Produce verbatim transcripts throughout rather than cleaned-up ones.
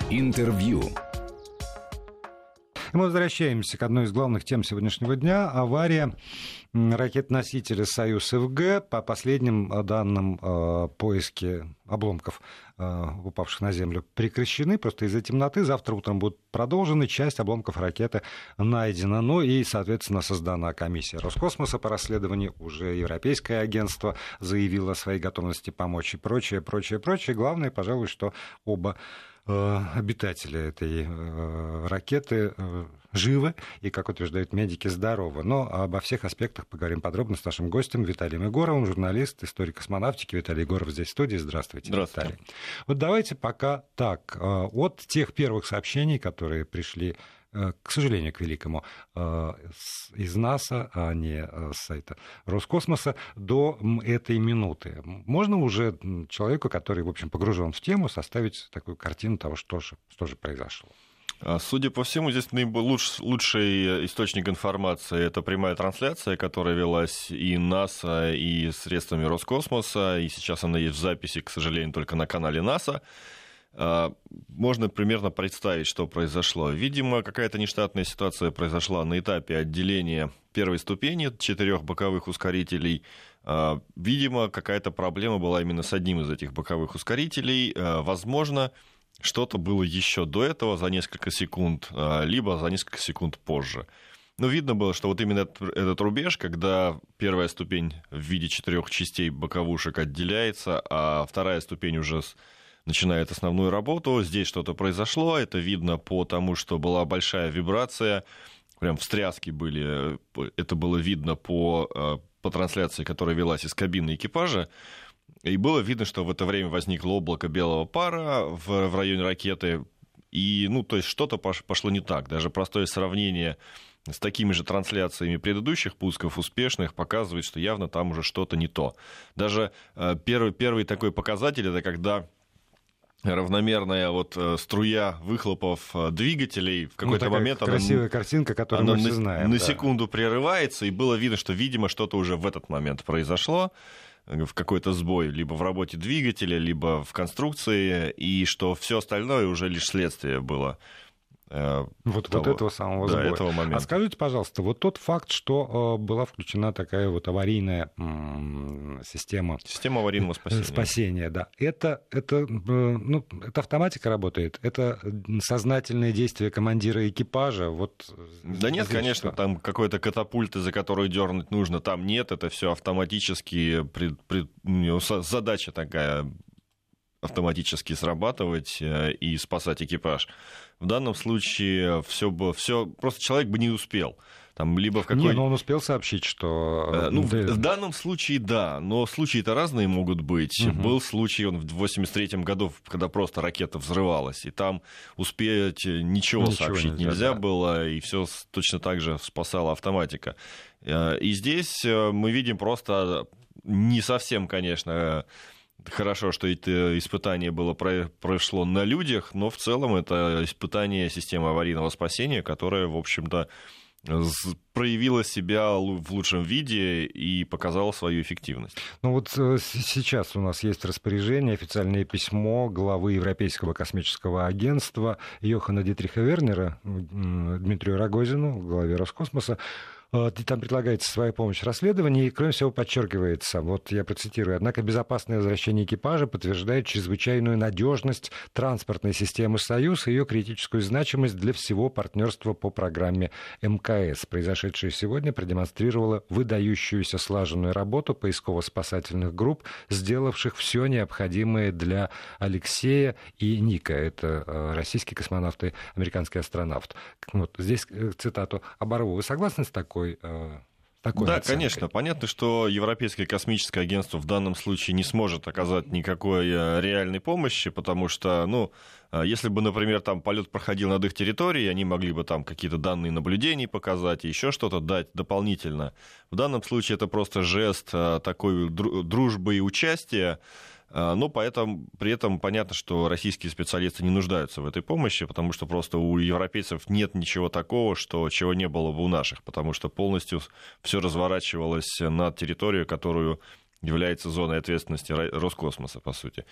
Интервью. Мы возвращаемся к одной из главных тем сегодняшнего дня. Авария ракет-носителя «Союз-ФГ». По последним данным, поиски обломков, упавших на землю, прекращены просто из-за темноты. Завтра утром будут продолжены. Часть обломков ракеты найдена. Ну и, соответственно, создана комиссия Роскосмоса по расследованию. Уже Европейское агентство заявило о своей готовности помочь и прочее, прочее, прочее. Главное, пожалуй, что оба обитатели этой ракеты живы и, как утверждают медики, здоровы. Но обо всех аспектах поговорим подробно с нашим гостем Виталием Егоровым, журналист, историк космонавтики. Виталий Егоров здесь в студии. Здравствуйте, Здравствуйте. Виталий. Вот давайте пока так. От тех первых сообщений, которые пришли, к сожалению, к великому, из НАСА, а не с сайта Роскосмоса, до этой минуты. Можно уже человеку, который, в общем, погружен в тему, составить такую картину того, что же, что же произошло? Судя по всему, здесь наиболее лучший источник информации — это прямая трансляция, которая велась и НАСА, и средствами Роскосмоса, и сейчас она есть в записи, к сожалению, только на канале НАСА. Можно примерно представить, что произошло. Видимо, какая-то нештатная ситуация произошла на этапе отделения первой ступени четырех боковых ускорителей. Видимо, какая-то проблема была именно с одним из этих боковых ускорителей. Возможно, что-то было еще до этого за несколько секунд, либо за несколько секунд позже. Но видно было, что вот именно этот, этот рубеж, когда первая ступень в виде четырех частей боковушек отделяется, а вторая ступень уже начинает основную работу, здесь что-то произошло. Это видно по тому, что была большая вибрация, прям встряски были. Это было видно по, по трансляции, которая велась из кабины экипажа. И было видно, что в это время возникло облако белого пара в, в районе ракеты. И, ну, то есть что-то пошло не так. Даже простое сравнение с такими же трансляциями предыдущих пусков успешных показывает, что явно там уже что-то не то. Даже первый, первый такой показатель — это когда равномерная вот струя выхлопов двигателей в какой-то ну, момент... Красивая она, картинка, которую мы все знаем. На да. секунду прерывается, и было видно, что, видимо, что-то уже в этот момент произошло, в какой-то сбой либо в работе двигателя, либо в конструкции, и что все остальное уже лишь следствие было. Вот, того, вот этого самого да, сбоя. Этого момента. А скажите, пожалуйста, вот тот факт, что э, была включена такая вот аварийная м- система... Система аварийного спасения. Спасения, да. Это, это, э, ну, это автоматика работает? Это сознательное действие командира экипажа? Вот, да нет, конечно, что? Там какой-то катапульт, за который дернуть нужно, там нет. Это все автоматически... Пред, пред, задача такая... автоматически срабатывать и спасать экипаж. В данном случае все бы, все, просто человек бы не успел. Там, либо в какой... Не, но он успел сообщить, что... Ну, в, в данном случае, да, но случаи-то разные могут быть. Угу. Был случай он в восемьдесят восемьдесят третьем году, когда просто ракета взрывалась, и там успеть ничего, ничего сообщить нельзя, нельзя да. было, и все точно так же спасала автоматика. И здесь мы видим просто не совсем, конечно... Хорошо, что это испытание было, прошло на людях, но в целом это испытание системы аварийного спасения, которое, в общем-то, проявила себя в лучшем виде и показала свою эффективность. Ну вот сейчас у нас есть распоряжение, официальное письмо главы Европейского космического агентства Йоханна Дитриха Вернера Дмитрию Рогозину, главе Роскосмоса. Там предлагается своя помощь в расследовании, и, кроме всего, подчеркивается, вот я процитирую, однако безопасное возвращение экипажа подтверждает чрезвычайную надежность транспортной системы «Союз» и ее критическую значимость для всего партнерства по программе МКС. Произошедшее сегодня продемонстрировало выдающуюся слаженную работу поисково-спасательных групп, сделавших все необходимое для Алексея и Ника. Это российские космонавты и американский астронавт. Вот здесь цитату оборву. Вы согласны с такой? Такой да, оценкой. Конечно. Понятно, что Европейское космическое агентство в данном случае не сможет оказать никакой реальной помощи, потому что, ну, если бы, например, там полет проходил над их территорией, они могли бы там какие-то данные наблюдений показать, еще что-то дать дополнительно. В данном случае это просто жест такой дружбы и участия. Но поэтому, при этом понятно, что российские специалисты не нуждаются в этой помощи, потому что просто у европейцев нет ничего такого, что, чего не было бы у наших, потому что полностью все разворачивалось на территорию, которую является зоной ответственности Роскосмоса, по сути.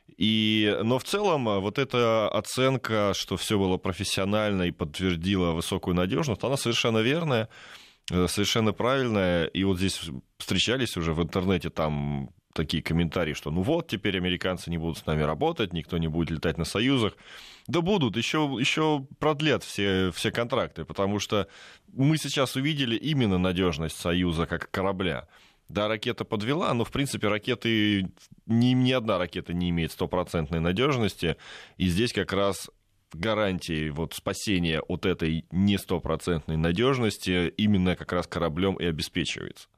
И, но в целом вот эта оценка, что все было профессионально и подтвердила высокую надежность, она совершенно верная, совершенно правильная. И вот здесь встречались уже в интернете там такие комментарии, что ну вот, теперь американцы не будут с нами работать, никто не будет летать на Союзах. Да будут, еще, еще продлят все, все контракты, потому что мы сейчас увидели именно надежность Союза как корабля. Да, ракета подвела, но, в принципе, ракеты, ни, ни одна ракета не имеет стопроцентной надежности, и здесь как раз гарантии вот, спасения от этой не стопроцентной надежности именно как раз кораблем и обеспечивается.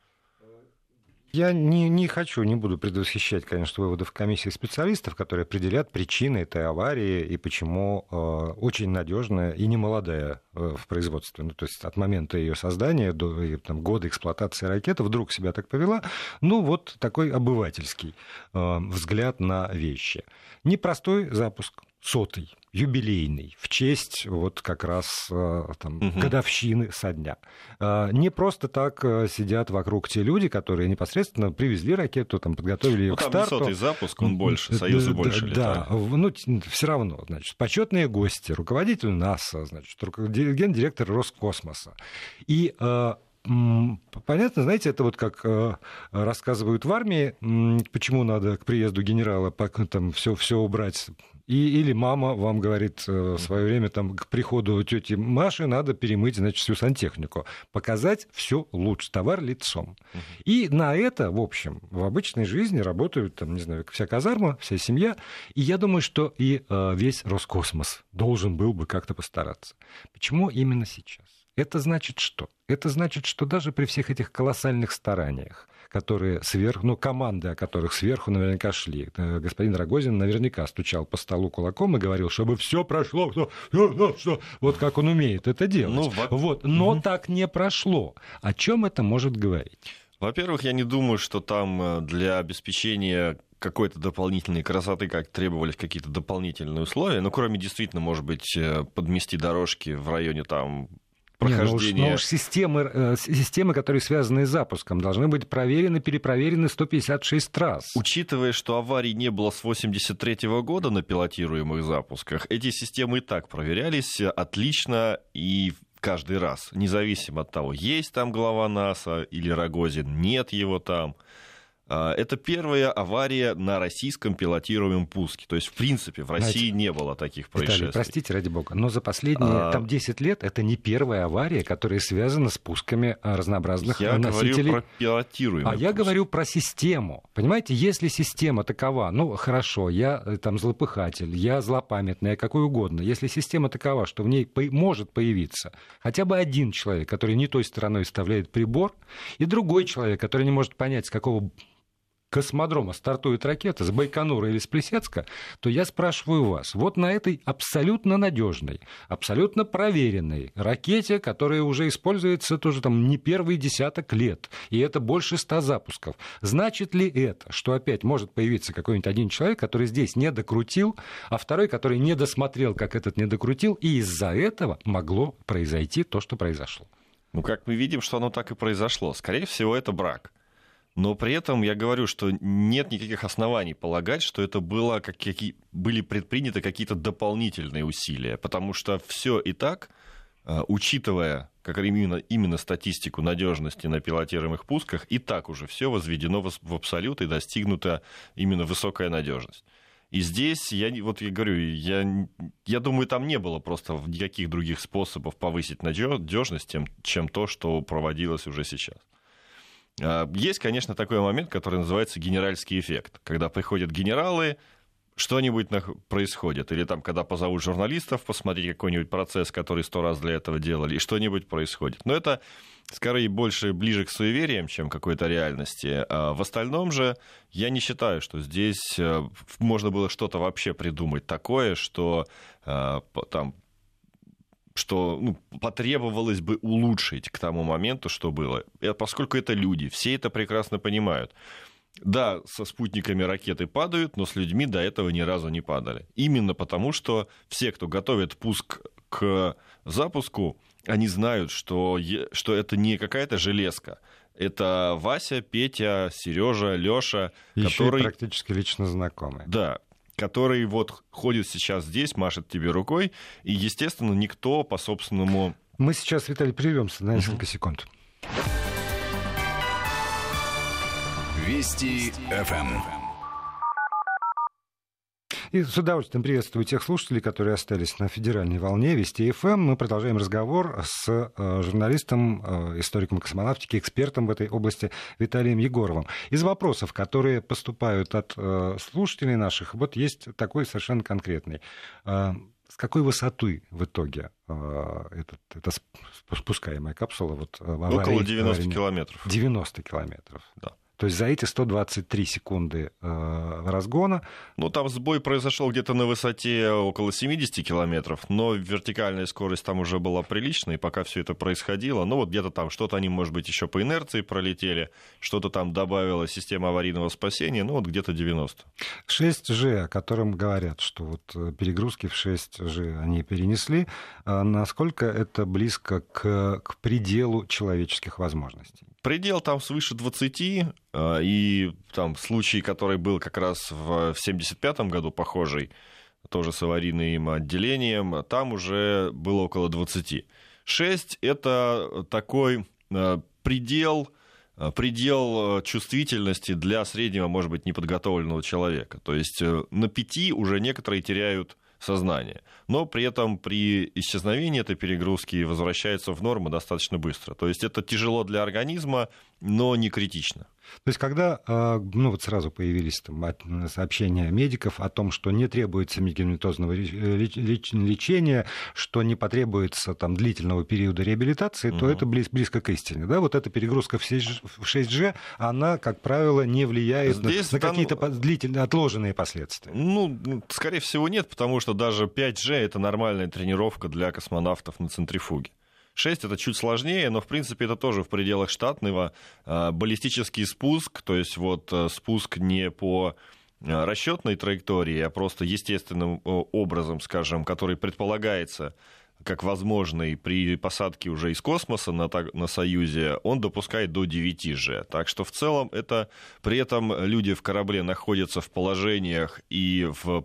Я не, не хочу, не буду предвосхищать, конечно, выводов комиссии специалистов, которые определят причины этой аварии и почему э, очень надежная и немолодая э, в производстве, ну, то есть от момента ее создания до и, там, года эксплуатации ракеты вдруг себя так повела. Ну, вот такой обывательский э, взгляд на вещи. Непростой запуск, сотый, юбилейный, в честь вот как раз там, угу. годовщины со дня. Не просто так сидят вокруг те люди, которые непосредственно привезли ракету, там, подготовили ее ну, к старту. Там сотый запуск, он больше, Союзу больше летает. Да, ну, все равно, значит, почетные гости, руководитель НАСА, значит, гендиректор Роскосмоса. И понятно, знаете, это вот как э, рассказывают в армии, почему надо к приезду генерала там, все, все убрать. И, или мама вам говорит э, в свое время, там, к приходу тети Маши надо перемыть, значит, всю сантехнику. Показать все лучше, товар лицом. Uh-huh. И на это, в общем, в обычной жизни работают, там, не знаю, вся казарма, вся семья. И я думаю, что и э, весь Роскосмос должен был бы как-то постараться. Почему именно сейчас? Это значит что? Это значит, что даже при всех этих колоссальных стараниях, которые сверху, ну, команды, о которых сверху наверняка шли, господин Рогозин наверняка стучал по столу кулаком и говорил, чтобы все прошло, что, что, что, вот как он умеет это делать. Ну, во... вот. Но угу. так не прошло. О чем это может говорить? Во-первых, я не думаю, что там для обеспечения какой-то дополнительной красоты, как требовались какие-то дополнительные условия, ну, кроме действительно, может быть, подмести дорожки в районе там прохождения. Не, ну уж, ну уж системы, системы, которые связаны с запуском, должны быть проверены, перепроверены сто пятьдесят шесть раз. Учитывая, что аварий не было с восемьдесят третьего года на пилотируемых запусках, эти системы и так проверялись отлично и каждый раз, независимо от того, есть там глава НАСА или Рогозин, нет его там. Это первая авария на российском пилотируемом пуске. То есть, в принципе, в России Знаете, не было таких происшествий. Виталий, простите, ради бога, но за последние а... там, десять лет это не первая авария, которая связана с пусками разнообразных я носителей. Я говорю про пилотируемый А пуск. Я говорю про систему. Понимаете, если система такова, ну, хорошо, я там злопыхатель, я злопамятный, я какой угодно. Если система такова, что в ней по- может появиться хотя бы один человек, который не той стороной вставляет прибор, и другой человек, который не может понять, с какого космодрома стартует ракета, с Байконура или с Плесецка, то я спрашиваю вас, вот на этой абсолютно надежной, абсолютно проверенной ракете, которая уже используется тоже там не первый десяток лет, и это больше ста запусков, значит ли это, что опять может появиться какой-нибудь один человек, который здесь не докрутил, а второй, который не досмотрел, как этот не докрутил, и из-за этого могло произойти то, что произошло? Ну, как мы видим, что оно так и произошло. Скорее всего, это брак. Но при этом я говорю, что нет никаких оснований полагать, что это было, как, какие, были предприняты какие-то дополнительные усилия, потому что все и так, учитывая как именно, именно статистику надежности на пилотируемых пусках, и так уже все возведено в, в абсолют и достигнута именно высокая надежность. И здесь, я, вот я говорю, я, я думаю, там не было просто никаких других способов повысить надежность, чем то, что проводилось уже сейчас. Есть, конечно, такой момент, который называется генеральский эффект. Когда приходят генералы, что-нибудь происходит. Или там, когда позовут журналистов посмотреть какой-нибудь процесс, который сто раз для этого делали, и что-нибудь происходит. Но это, скорее, больше ближе к суевериям, чем к какой-то реальности. А в остальном же я не считаю, что здесь можно было что-то вообще придумать такое, что там... что ну, потребовалось бы улучшить к тому моменту, что было. И поскольку это люди, все это прекрасно понимают. Да, со спутниками ракеты падают, но с людьми до этого ни разу не падали. Именно потому, что все, кто готовит пуск к запуску, они знают, что, что это не какая-то железка. Это Вася, Петя, Сережа, Леша, еще которые... практически лично знакомые. Да. который вот ходит сейчас здесь, машет тебе рукой, и, естественно, никто по собственному... Мы сейчас, Виталий, прервемся на несколько uh-huh. секунд. Вести эф эм. И с удовольствием приветствую тех слушателей, которые остались на федеральной волне Вести эф эм. Мы продолжаем разговор с журналистом, историком космонавтики, экспертом в этой области Виталием Егоровым. Из вопросов, которые поступают от слушателей наших, вот есть такой совершенно конкретный. С какой высоты в итоге этот, эта спускаемая капсула? Вот, около девяносто километров. девяносто километров. Да. То есть за эти сто двадцать три секунды э, разгона... Ну, там сбой произошел где-то на высоте около семьдесят километров, но вертикальная скорость там уже была приличная, и пока все это происходило, ну, вот где-то там что-то они, может быть, еще по инерции пролетели, что-то там добавила система аварийного спасения, ну, вот где-то девяносто. шесть джи, о котором говорят, что вот перегрузки в шесть джи они перенесли, насколько это близко к, к пределу человеческих возможностей? Предел там свыше двадцати, и там случай, который был как раз в семьдесят пятом году похожий, тоже с аварийным отделением, там уже было около двадцати. шесть — это такой предел, предел чувствительности для среднего, может быть, неподготовленного человека. То есть на пяти уже некоторые теряют сознание. Но при этом при исчезновении этой перегрузки возвращается в норму достаточно быстро. То есть это тяжело для организма, но не критично. То есть когда ну, вот сразу появились там сообщения медиков о том, что не требуется медикаментозного лечения, что не потребуется там, длительного периода реабилитации, угу. то это близко к истине. Да? Вот эта перегрузка в шесть джи, она, как правило, не влияет Здесь на, на какие-то там... длительные, отложенные последствия. Ну, скорее всего, нет, потому что даже пять джи — это нормальная тренировка для космонавтов на центрифуге. шесть — это чуть сложнее, но, в принципе, это тоже в пределах штатного. Баллистический спуск, то есть вот спуск не по расчетной траектории, а просто естественным образом, скажем, который предполагается как возможный при посадке уже из космоса на, на Союзе, он допускает до девяти джи. Так что в целом это при этом люди в корабле находятся в положениях и в...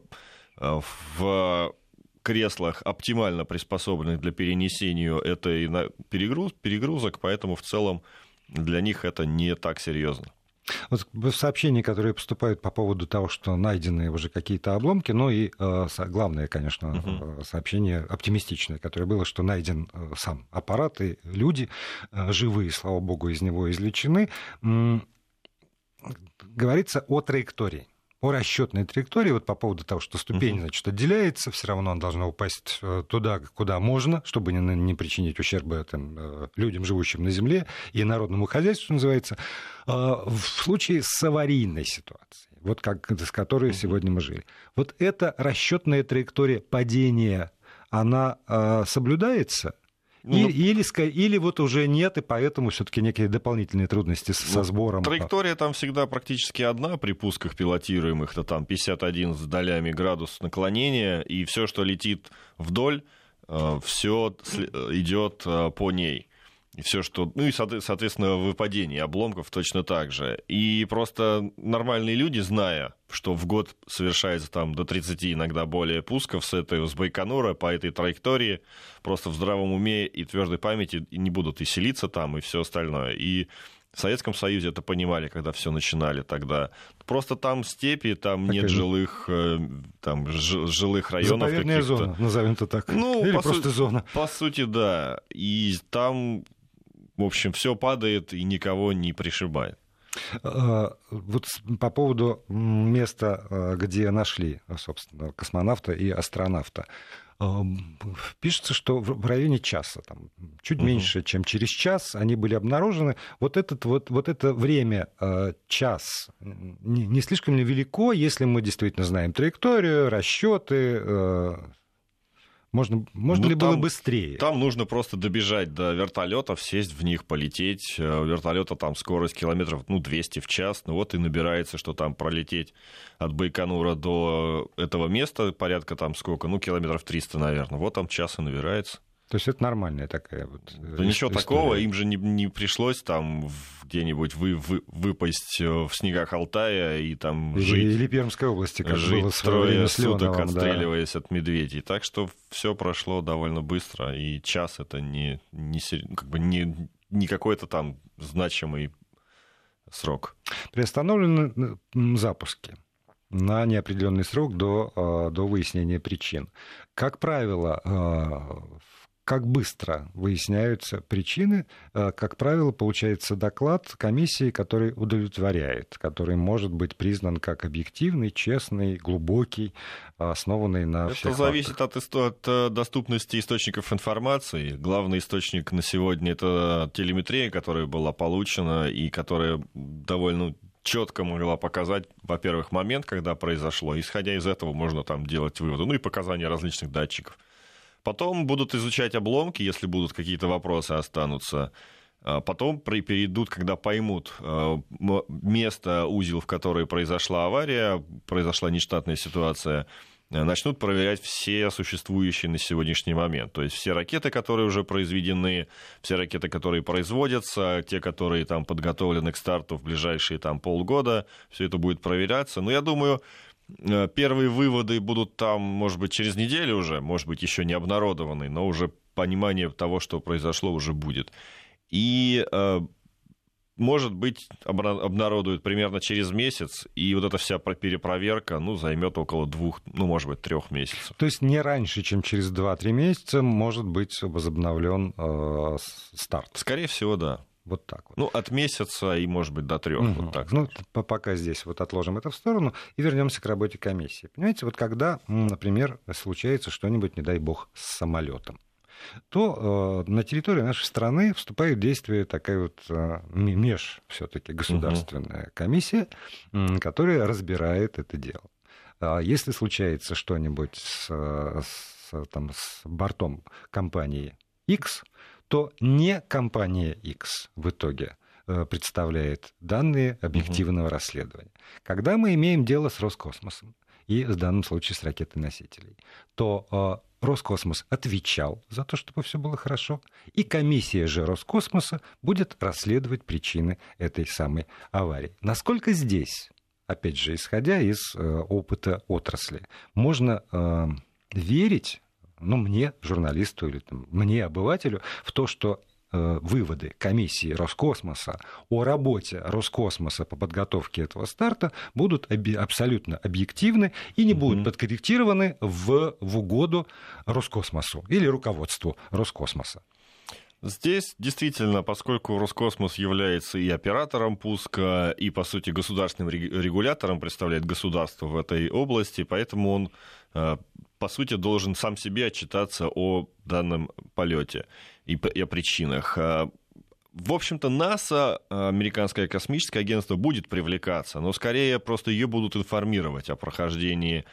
в креслах, оптимально приспособленных для перенесения этой перегруз, перегрузок, поэтому в целом для них это не так серьезно. Вот в сообщении, которые поступают по поводу того, что найдены уже какие-то обломки, ну и э, главное, конечно, uh-huh. сообщение оптимистичное, которое было, что найден сам аппарат, и люди э, живые, слава богу, из него извлечены. М- говорится о траектории. О расчетной траектории, вот по поводу того, что ступень, uh-huh. значит, отделяется, все равно она должна упасть туда, куда можно, чтобы не, не причинить ущерба там, людям, живущим на Земле, и народному хозяйству, что называется, в случае с аварийной ситуацией, вот как, с которой uh-huh. сегодня мы жили. Вот эта расчетная траектория падения, она соблюдается? Ну, или, или, или вот уже нет, и поэтому все-таки некие дополнительные трудности со ну, сбором. Траектория там всегда практически одна при пусках пилотируемых, это там пятьдесят один с долями градус наклонения, и все, что летит вдоль, все идет по ней. И все, что. Ну и, соответственно, выпадение обломков точно так же. И просто нормальные люди, зная, что в год совершается там до тридцати, иногда более пусков с этой, с Байконура по этой траектории, просто в здравом уме и твердой памяти не будут и селиться там, и все остальное. И в Советском Союзе это понимали, когда все начинали тогда. Просто там степи, там так нет и... жилых, там, жилых районов. Заповедная зона, назовем это так. Ну, или по просто сути, зона. По сути, да. И там... В общем, все падает и никого не пришибает. Вот по поводу места, где нашли, собственно, космонавта и астронавта. Пишется, что в районе часа, там, чуть угу. меньше, чем через час, они были обнаружены. Вот, этот, вот, вот это время, час, не, не слишком ли велико, если мы действительно знаем траекторию, расчеты? Можно, можно ну, ли там, было быстрее? Там нужно просто добежать до вертолетов, сесть в них, полететь. У вертолета там скорость километров ну, двести в час. Ну вот и набирается, что там пролететь от Байконура до этого места порядка там сколько? Ну, километров триста, наверное. Вот там час и набирается. То есть это нормальная такая вот да ничего история. Такого, им же не, не пришлось там где-нибудь вы, вы, выпасть в снегах Алтая и там или, жить. Или Пермской области, как жить было в свое время с Леоновым, суток, отстреливаясь да. от медведей. Так что все прошло довольно быстро, и час это не, не, как бы не, не какой-то там значимый срок. Приостановлены запуски на неопределенный срок до, до выяснения причин. Как правило, как быстро выясняются причины, как правило, получается доклад комиссии, который удовлетворяет, который может быть признан как объективный, честный, глубокий, основанный на Это всех Это зависит фактах. от, от доступности источников информации. Главный источник на сегодня — это телеметрия, которая была получена и которая довольно четко могла показать, во-первых, момент, когда произошло. Исходя из этого можно там делать выводы. Ну и показания различных датчиков. Потом будут изучать обломки, если будут какие-то вопросы останутся. Потом перейдут, когда поймут место, узел, в которое произошла авария, произошла нештатная ситуация, начнут проверять все существующие на сегодняшний момент. То есть все ракеты, которые уже произведены, все ракеты, которые производятся, те, которые там подготовлены к старту в ближайшие там полгода, все это будет проверяться. Но я думаю, первые выводы будут там, может быть, через неделю уже, может быть, еще не обнародованы, но уже понимание того, что произошло, уже будет. И, может быть, обнародуют примерно через месяц, и вот эта вся перепроверка, ну, займет около двух, ну, может быть, трех месяцев. То есть не раньше, чем через два-три месяца может быть возобновлен э, старт? Скорее всего, да. Вот так вот. Ну, от месяца и, может быть, до трех. Угу. Вот так. Ну, пока здесь вот отложим это в сторону и вернемся к работе комиссии. Понимаете, вот когда, например, случается что-нибудь, не дай бог, с самолетом, то э, на территории нашей страны вступает в действие такая вот э, меж все-таки государственная угу. комиссия, э, которая разбирает это дело. А если случается что-нибудь с, с, там, с бортом компании X, то не компания X в итоге представляет данные объективного угу. расследования. Когда мы имеем дело с Роскосмосом, и в данном случае с ракетой-носителей, то э, Роскосмос отвечал за то, чтобы все было хорошо, и комиссия же Роскосмоса будет расследовать причины этой самой аварии. Насколько здесь, опять же, исходя из э, опыта отрасли, можно э, верить, ну, мне, журналисту, или там, мне, обывателю, в то, что э, выводы комиссии Роскосмоса о работе Роскосмоса по подготовке этого старта будут оби- абсолютно объективны и не mm-hmm. будут подкорректированы в, в угоду Роскосмосу или руководству Роскосмоса. Здесь действительно, поскольку Роскосмос является и оператором пуска, и, по сути, государственным регулятором, представляет государство в этой области, поэтому он, по сути, должен сам себе отчитаться о данном полете и о причинах. В общем-то, НАСА, Американское космическое агентство, будет привлекаться, но скорее просто ее будут информировать о прохождении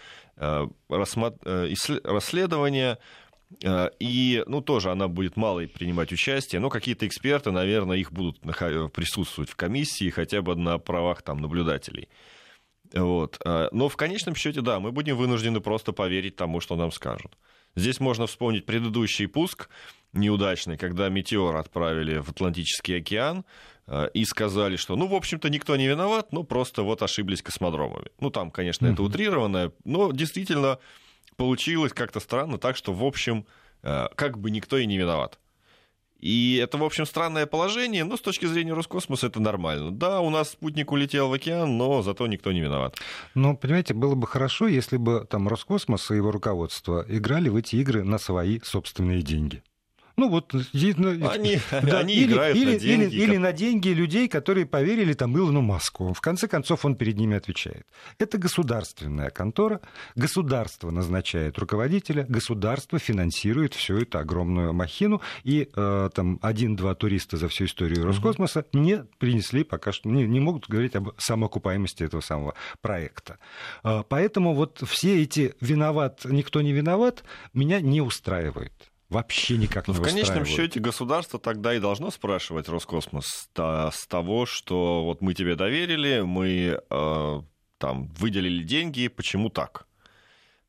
расследования. И, ну, тоже она будет мало принимать участие, но какие-то эксперты, наверное, их будут присутствовать в комиссии хотя бы на правах там наблюдателей. Вот. Но в конечном счете, да, мы будем вынуждены просто поверить тому, что нам скажут. Здесь можно вспомнить предыдущий пуск неудачный, когда «Метеор» отправили в Атлантический океан и сказали, что, ну, в общем-то, никто не виноват, ну, просто вот ошиблись космодромами. Ну, там, конечно, mm-hmm. это утрированное, но действительно получилось как-то странно, так что, в общем, как бы никто и не виноват. И это, в общем, странное положение, но с точки зрения Роскосмоса это нормально. Да, у нас спутник улетел в океан, но зато никто не виноват. Ну, понимаете, было бы хорошо, если бы там Роскосмос и его руководство играли в эти игры на свои собственные деньги. Ну вот, они, да, они или, играют или, на деньги. Или, или на деньги людей, которые поверили там Илону Маску. В конце концов, он перед ними отвечает. Это государственная контора. Государство назначает руководителя, государство финансирует всю эту огромную махину. И э, там один-два туриста за всю историю Роскосмоса mm-hmm. не принесли пока что, не, не могут говорить об самоокупаемости этого самого проекта. Э, поэтому вот все эти «виноват, никто не виноват» меня не устраивают. Вообще никак не устраивает. В конечном счете государство тогда и должно спрашивать Роскосмос с того, что вот мы тебе доверили, мы э, там выделили деньги, почему так?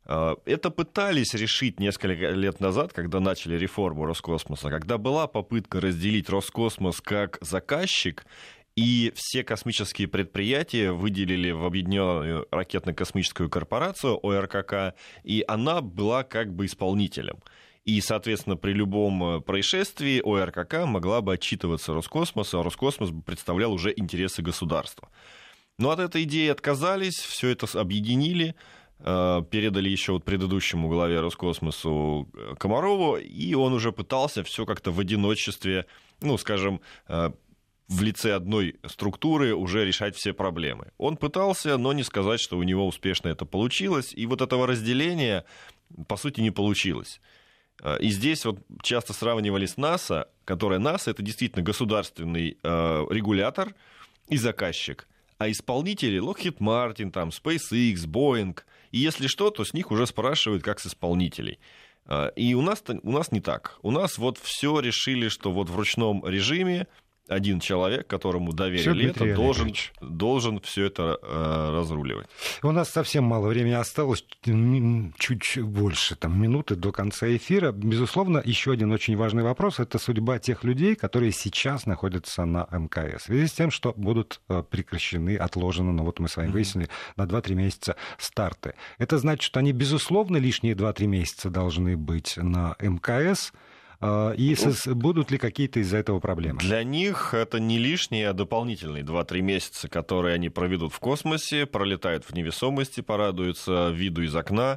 Это пытались решить несколько лет назад, когда начали реформу Роскосмоса, когда была попытка разделить Роскосмос как заказчик, и все космические предприятия выделили в Объединенную ракетно-космическую корпорацию, О Р К К, и она была как бы исполнителем. И, соответственно, при любом происшествии О Р К К могла бы отчитываться Роскосмосу, а Роскосмос бы представлял уже интересы государства. Но от этой идеи отказались, все это объединили, передали еще вот предыдущему главе Роскосмосу Комарову, и он уже пытался все как-то в одиночестве, ну, скажем, в лице одной структуры уже решать все проблемы. Он пытался, но не сказать, что у него успешно это получилось, и вот этого разделения, по сути, не получилось. И здесь вот часто сравнивали с НАСА, которая НАСА — это действительно государственный регулятор и заказчик, а исполнители — Lockheed Martin, там, SpaceX, Boeing. И если что, то с них уже спрашивают, как с исполнителей. И у нас, у нас не так. У нас вот все решили, что вот в ручном режиме один человек, которому доверили это, должен, должен все это э, разруливать. У нас совсем мало времени осталось, чуть больше там, минуты до конца эфира. Безусловно, еще один очень важный вопрос — это судьба тех людей, которые сейчас находятся на Эм Ка Эс. В связи с тем, что будут прекращены, отложены, ну вот мы с вами выяснили, mm-hmm. на два-три месяца старты. Это значит, что они, безусловно, лишние два-три месяца должны быть на Эм Ка Эс. И ну, будут ли какие-то из-за этого проблемы? Для них это не лишние, а дополнительные два-три месяца, которые они проведут в космосе, пролетают в невесомости, порадуются виду из окна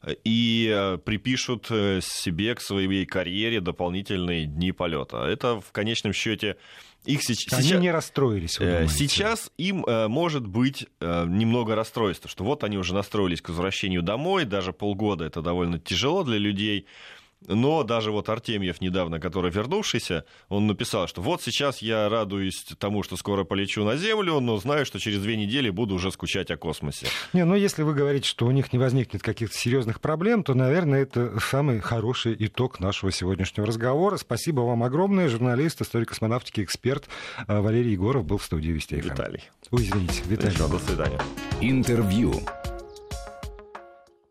и припишут себе к своей карьере дополнительные дни полета. Это в конечном счете их сейчас... Они не расстроились, вы думаете? Сейчас им может быть немного расстройства, что вот они уже настроились к возвращению домой, даже полгода это довольно тяжело для людей. Но даже вот Артемьев недавно, который вернувшийся, он написал, что вот сейчас я радуюсь тому, что скоро полечу на Землю, но знаю, что через две недели буду уже скучать о космосе. Не, ну если вы говорите, что у них не возникнет каких-то серьезных проблем, то, наверное, это самый хороший итог нашего сегодняшнего разговора. Спасибо вам огромное. Журналист, историк космонавтики, эксперт Валерий Егоров был в студии Вести эф эм. Виталий. Ой, извините, Виталий. До свидания. Интервью.